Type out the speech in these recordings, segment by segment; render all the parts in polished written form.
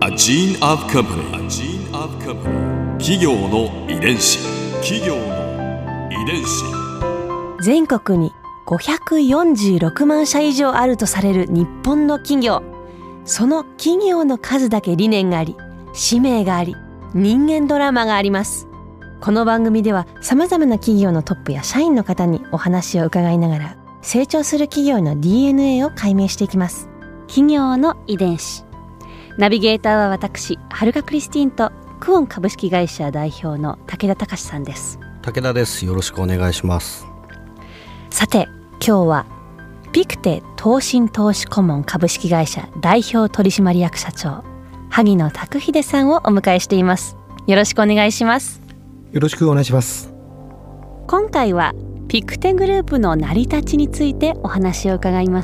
A Gene of Company。 企業の遺伝子。 全国に546万社以上あるとされる日本の企業。その企業の数だけ理念があり、使命があり、人間ドラマがあります。この番組では様々な企業のトップや社員の方にお話を伺いながら、成長する企業の DNA を解明していきます。企業の遺伝子。ナビゲーターは私、はるかクリスティンとクオン株式会社代表の武田隆さんです。 武田です。よろしくお願いします。 さて、今日はピクテ投信投資顧問株式会社代表取締役社長萩野拓秀さんをお迎えしています。よろしくお願いします。 よろしくお願いします。 今回はピクテグループの成り立ちについてお話を伺います。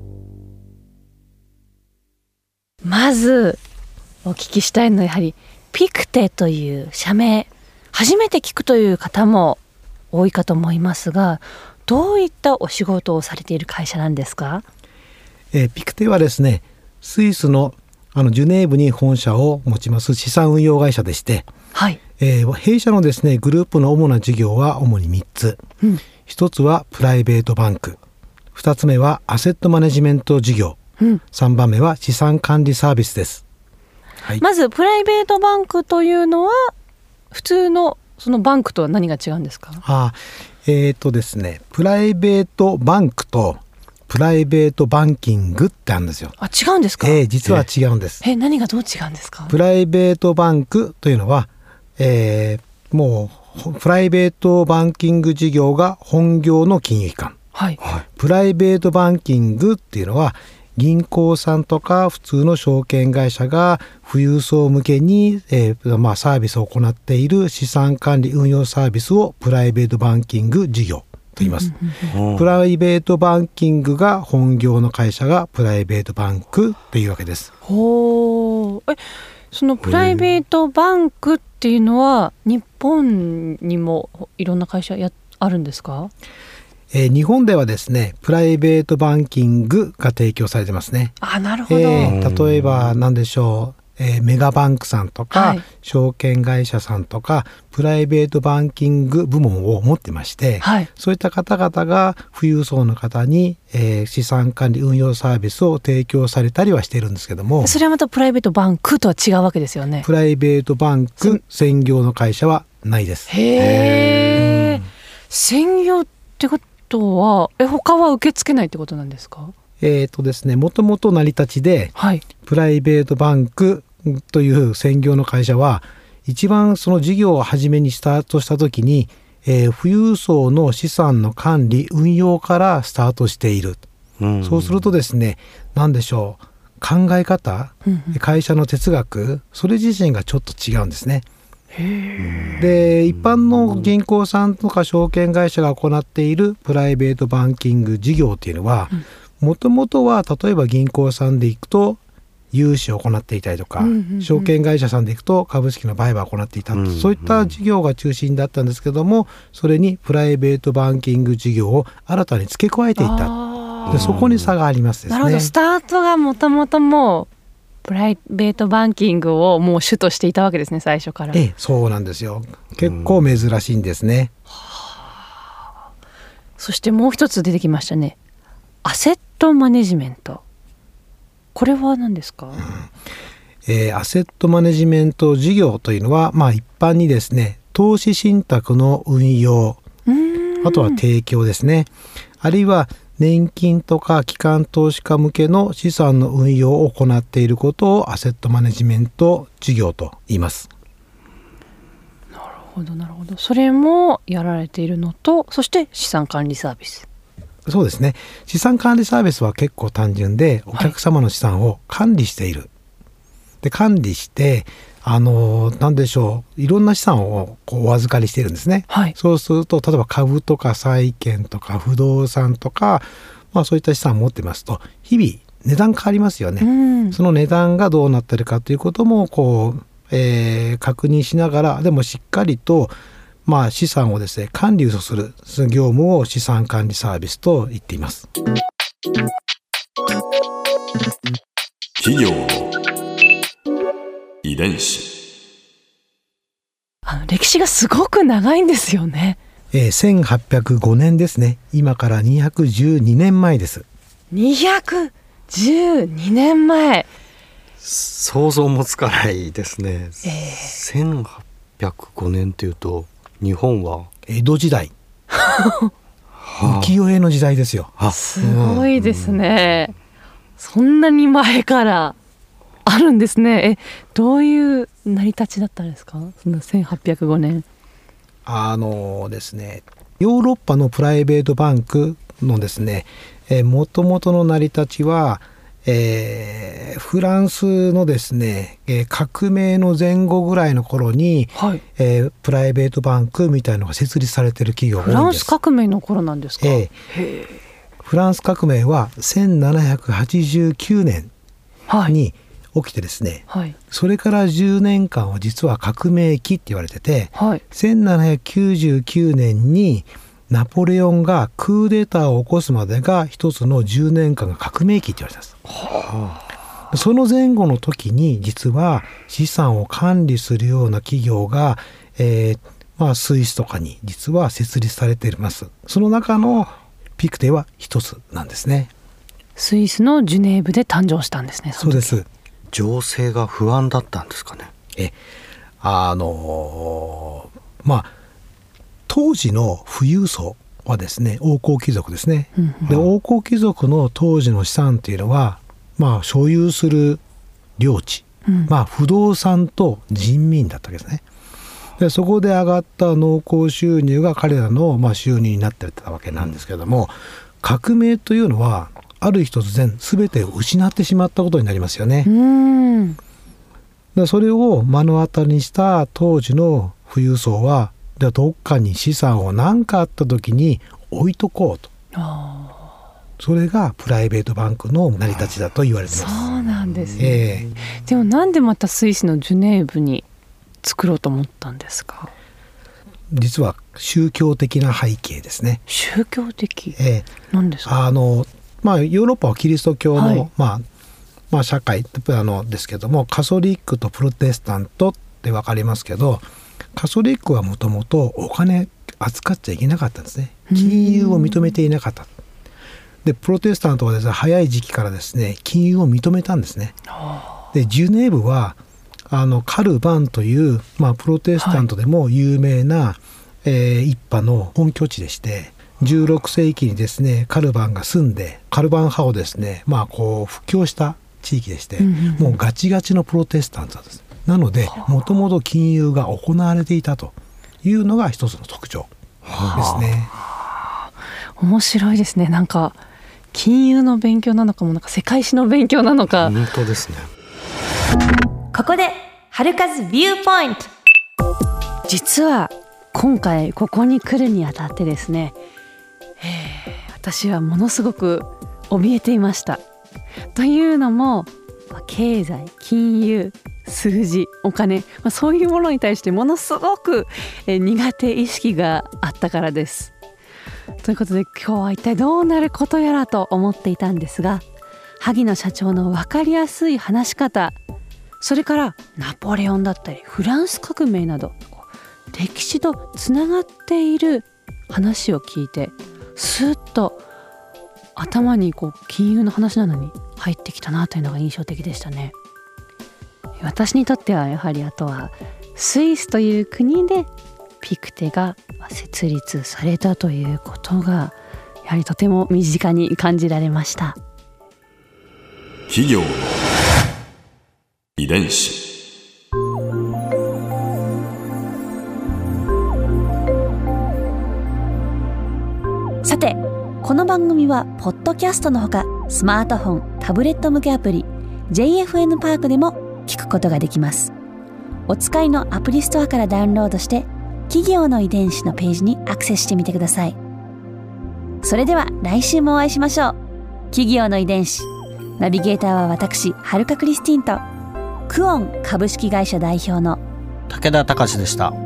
まずお聞きしたいのはやはりピクテという社名、初めて聞くという方も多いかと思いますが、どういったお仕事をされている会社なんですか？ ピクテはですね、スイスのジュネーブに本社を持ちます資産運用会社でして、 はい。 弊社のですねグループの主な事業は主に3つ、1つはプライベートバンク、2つ目はアセットマネジメント事業、3番目は資産管理サービスです。はい、 まずプライベートバンクというのは普通のそのバンクとは何が違うんですか？ ですね、プライベートバンクとプライベートバンキングってあるんですよ。 あ、違うんですか？ 実は違うんです。 何がどう違うんですか？ プライベートバンクというのは、もうプライベートバンキング事業が本業の金融機関、プライベートバンキングっていうのは銀行さんとか普通の証券会社が富裕層向けに、サービスを行っている資産管理運用サービスをプライベートバンキング事業と言います。プライベートバンキングが本業の会社がプライベートバンクというわけです。 そのプライベートバンクっていうのは日本にもいろんな会社あるんですか？ 日本ではですね、プライベートバンキングが提供されてますね。 なるほど。 例えば何でしょう、メガバンクさんとか、証券会社さんとかプライベートバンキング部門を持ってまして、そういった方々が富裕層の方に、資産管理運用サービスを提供されたりはしているんですけども、 それはまたプライベートバンクとは違うわけですよね。 プライベートバンク専業の会社はないです。 専業ってことは他は受け付けないってことなんですか？ ですね、もともと成り立ちで、プライベートバンクという専業の会社は一番その事業を初めにスタートした時に、富裕層の資産の管理運用からスタートしている。そうするとですね、何でしょう、考え方、会社の哲学、それ自身がちょっと違うんですね。で、一般の銀行さんとか証券会社が行っているプライベートバンキング事業っていうのは、もともとは例えば銀行さんで行くと融資を行っていたりとか、証券会社さんで行くと株式の売買を行っていた、そういった事業が中心だったんですけども、それにプライベートバンキング事業を新たに付け加えていった。で、そこに差がありますですね。 なるほど。スタートがもともともうプライベートバンキングをもう主としていたわけですね、最初から。 そうなんですよ。結構珍しいんですね。 そしてもう一つ出てきましたね、アセットマネジメント。これは何ですか？ アセットマネジメント事業というのは、一般にですね、投資信託の運用、あとは提供ですね、あるいは年金とか機関投資家向けの資産の運用を行っていることをアセットマネジメント事業と言います。 なるほどなるほど。それもやられているのと、そして資産管理サービス。 そうですね。資産管理サービスは結構単純で、お客様の資産を管理している。で、管理して何でしょう、いろんな資産をお預かりしているんですね。そうすると、例えば株とか債券とか不動産とか、そういった資産を持ってますと日々値段変わりますよね。その値段がどうなっているかということも確認しながら、でもしっかりと資産をですね管理する業務を資産管理サービスと言っています。 企業遺伝子。 歴史がすごく長いんですよね。 1805年ですね。今から212年前です。 212年前。 想像もつかないですね。1805年というと日本は江戸時代浮世絵の時代ですよ。 すごいですね、そんなに前からあるんですね。どういう成り立ちだったんですか、その1805年。 ですね、ヨーロッパのプライベートバンクのですね、もともとの成り立ちは、フランスのですね、革命の前後ぐらいの頃に、はい、プライベートバンクみたいなのが設立されている企業が多いんです。 フランス革命の頃なんですか。 フランス革命は1789年に起きてですね、はい、それから10年間は実は革命期って言われてて、はい、1799年にナポレオンがクーデターを起こすまでが一つの10年間が革命期って言われてます。その前後の時に実は資産を管理するような企業が、スイスとかに実は設立されています。その中のピクテは一つなんですね。 スイスのジュネーブで誕生したんですね。 そうです。 情勢が不安だったんですかね。 当時の富裕層はですね、王侯貴族ですね、で王侯貴族の当時の資産というのは、所有する領地、不動産と人民だったわけですね。でそこで上がった農耕収入が彼らの収入になっていたわけなんですけれども、革命というのはある日突然全てを失ってしまったことになりますよね。でそれを目の当たりにした当時の富裕層は、でどっかに資産を何かあった時に置いとこうと。それがプライベートバンクの成り立ちだと言われています。 そうなんですね。でもなんでまたスイスのジュネーブに作ろうと思ったんですか。 実は宗教的な背景ですね。 宗教的、何ですか。 ヨーロッパはキリスト教の、社会ですけども、カソリックとプロテスタントって分かりますけど、カソリックはもともとお金扱っちゃいけなかったんですね。金融を認めていなかった。でプロテスタントはですね、早い時期からですね金融を認めたんですね。でジュネーブはカルバンという、プロテスタントでも有名な、一派の本拠地でして、16世紀にですねカルバンが住んで、カルバン派をですね布教した地域でして、もうガチガチのプロテスタントです。なのでもともと金融が行われていたというのが一つの特徴ですね。 面白いですね。なんか金融の勉強なのかも、なんか世界史の勉強なのか。 本当ですね。 ここで春風ビューポイント。実は今回ここに来るにあたってですね、私はものすごく怯えていました。というのも経済、金融、数字、お金、そういうものに対してものすごく苦手意識があったからです。ということで今日は一体どうなることやらと思っていたんですが、萩野社長の分かりやすい話し方、それからナポレオンだったりフランス革命など歴史とつながっている話を聞いて、スーッと頭に金融の話なのに入ってきたなというのが印象的でしたね。私にとってはやはり、あとはスイスという国でピクテが設立されたということがやはりとても身近に感じられました。 企業の遺伝子。 さて、この番組はポッドキャストのほか、スマートフォン、タブレット向けアプリ JFN パークでも聞くことができます。お使いのアプリストアからダウンロードして、企業の遺伝子のページにアクセスしてみてください。それでは来週もお会いしましょう。企業の遺伝子、ナビゲーターは私、はるかクリスティンとクオン株式会社代表の武田隆でした。